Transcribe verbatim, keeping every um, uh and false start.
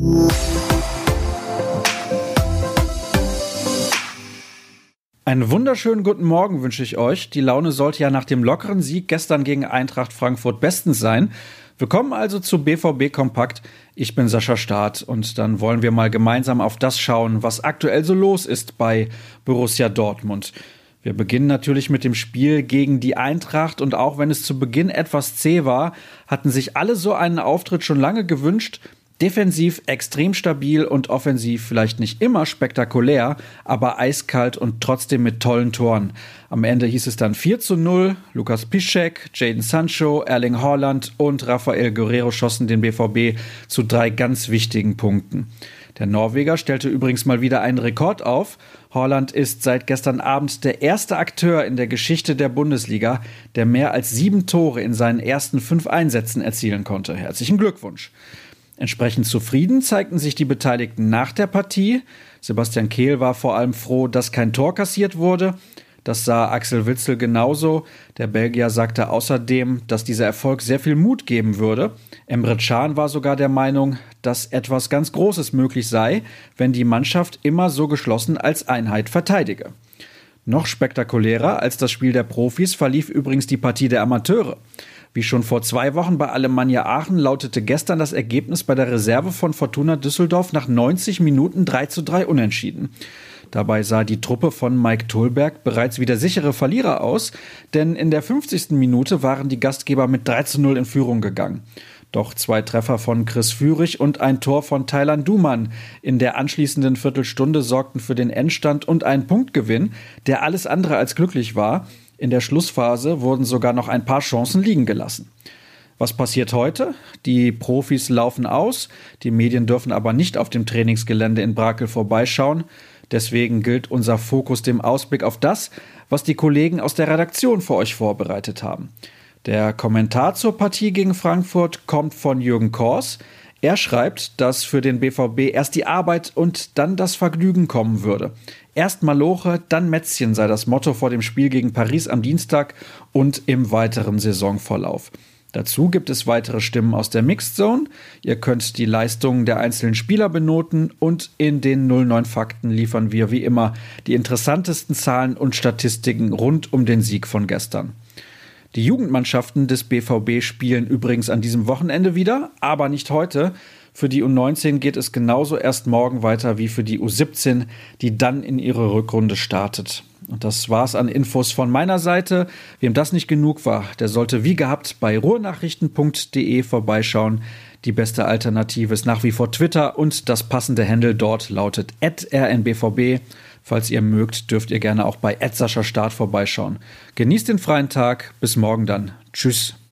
Einen wunderschönen guten Morgen wünsche ich euch. Die Laune sollte ja nach dem lockeren Sieg gestern gegen Eintracht Frankfurt bestens sein. Willkommen also zu B V B Kompakt. Ich bin Sascha Staat und dann wollen wir mal gemeinsam auf das schauen, was aktuell so los ist bei Borussia Dortmund. Wir beginnen natürlich mit dem Spiel gegen die Eintracht und auch wenn es zu Beginn etwas zäh war, hatten sich alle so einen Auftritt schon lange gewünscht. Defensiv extrem stabil und offensiv vielleicht nicht immer spektakulär, aber eiskalt und trotzdem mit tollen Toren. Am Ende hieß es dann vier zu null. Lukas Piszczek, Jadon Sancho, Erling Haaland und Rafael Guerreiro schossen den B V B zu drei ganz wichtigen Punkten. Der Norweger stellte übrigens mal wieder einen Rekord auf. Haaland ist seit gestern Abend der erste Akteur in der Geschichte der Bundesliga, der mehr als sieben Tore in seinen ersten fünf Einsätzen erzielen konnte. Herzlichen Glückwunsch. Entsprechend zufrieden zeigten sich die Beteiligten nach der Partie. Sebastian Kehl war vor allem froh, dass kein Tor kassiert wurde. Das sah Axel Witsel genauso. Der Belgier sagte außerdem, dass dieser Erfolg sehr viel Mut geben würde. Emre Can war sogar der Meinung, dass etwas ganz Großes möglich sei, wenn die Mannschaft immer so geschlossen als Einheit verteidige. Noch spektakulärer als das Spiel der Profis verlief übrigens die Partie der Amateure. Wie schon vor zwei Wochen bei Alemannia Aachen lautete gestern das Ergebnis bei der Reserve von Fortuna Düsseldorf nach neunzig Minuten drei zu drei unentschieden. Dabei sah die Truppe von Mike Tolberg bereits wie der sichere Verlierer aus, denn in der fünfzigsten Minute waren die Gastgeber mit drei zu null in Führung gegangen. Doch zwei Treffer von Chris Führig und ein Tor von Taylan Duman in der anschließenden Viertelstunde sorgten für den Endstand und einen Punktgewinn, der alles andere als glücklich war. In der Schlussphase wurden sogar noch ein paar Chancen liegen gelassen. Was passiert heute? Die Profis laufen aus, die Medien dürfen aber nicht auf dem Trainingsgelände in Brakel vorbeischauen. Deswegen gilt unser Fokus dem Ausblick auf das, was die Kollegen aus der Redaktion für euch vorbereitet haben. Der Kommentar zur Partie gegen Frankfurt kommt von Jürgen Kors. Er schreibt, dass für den B V B erst die Arbeit und dann das Vergnügen kommen würde. Erst Maloche, dann Mätzchen sei das Motto vor dem Spiel gegen Paris am Dienstag und im weiteren Saisonverlauf. Dazu gibt es weitere Stimmen aus der Mixed Zone. Ihr könnt die Leistungen der einzelnen Spieler benoten und in den null neun Fakten liefern wir wie immer die interessantesten Zahlen und Statistiken rund um den Sieg von gestern. Die Jugendmannschaften des B V B spielen übrigens an diesem Wochenende wieder, aber nicht heute. Für die U neunzehn geht es genauso erst morgen weiter wie für die U siebzehn, die dann in ihre Rückrunde startet. Und das war's an Infos von meiner Seite. Wem das nicht genug war, der sollte wie gehabt bei ruhrnachrichten punkt de vorbeischauen. Die beste Alternative ist nach wie vor Twitter und das passende Handle dort lautet at r n b v b. Falls ihr mögt, dürft ihr gerne auch bei at Sascha Staat vorbeischauen. Genießt den freien Tag. Bis morgen dann. Tschüss.